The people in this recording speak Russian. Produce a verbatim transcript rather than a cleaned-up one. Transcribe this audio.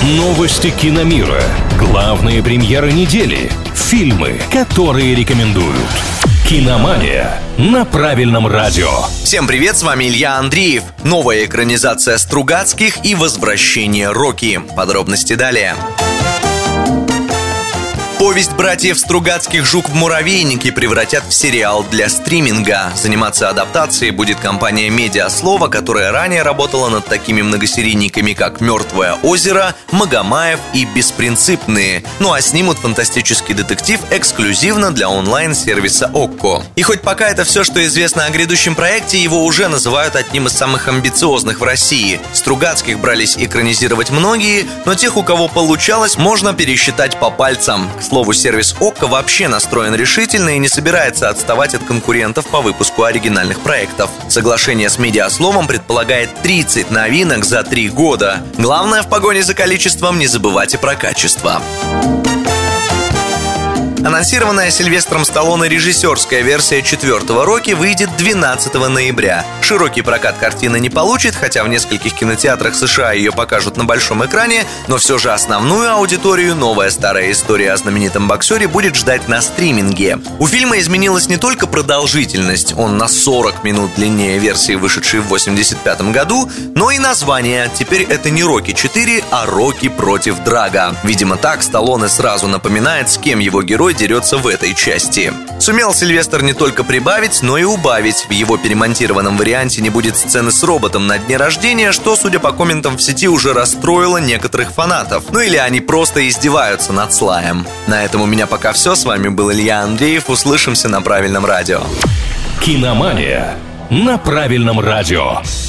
Новости киномира, главные премьеры недели, фильмы, которые рекомендуют. Киномания на правильном радио. Всем привет, с вами Илья Андреев. Новая экранизация Стругацких и возвращение Рокки. Подробности далее. Повесть братьев Стругацких «Жук в муравейнике» превратят в сериал для стриминга. Заниматься адаптацией будет компания «Медиаслово», которая ранее работала над такими многосерийниками, как «Мертвое озеро», «Магомаев» и «Беспринципные». Ну а снимут фантастический детектив эксклюзивно для онлайн-сервиса Окко. И хоть пока это все, что известно о грядущем проекте, его уже называют одним из самых амбициозных в России. Стругацких брались экранизировать многие, но тех, у кого получалось, можно пересчитать по пальцам. К слову, сервис Окко вообще настроен решительно и не собирается отставать от конкурентов по выпуску оригинальных проектов. Соглашение с Медиасловом предполагает тридцать новинок за три года. Главное в погоне за количеством не забывать и про качество. Анонсированная Сильвестром Сталлоне режиссерская версия четвертого «Рокки» выйдет двенадцатого ноября. Широкий прокат картины не получит, хотя в нескольких кинотеатрах США ее покажут на большом экране, но все же основную аудиторию новая старая история о знаменитом боксере будет ждать на стриминге. У фильма изменилась не только продолжительность, он на сорок минут длиннее версии, вышедшей в восемьдесят пятом году, но и название. Теперь это не «Рокки четыре», а «Рокки против Драга». Видимо, так Сталлоне сразу напоминает, с кем его герой дерется в этой части. Сумел Сильвестр не только прибавить, но и убавить. В его перемонтированном варианте не будет сцены с роботом на дне рождения, что, судя по комментам в сети, уже расстроило некоторых фанатов. Ну или они просто издеваются над Слаем. На этом у меня пока все. С вами был Илья Андреев. Услышимся на правильном радио. Киномания на правильном радио.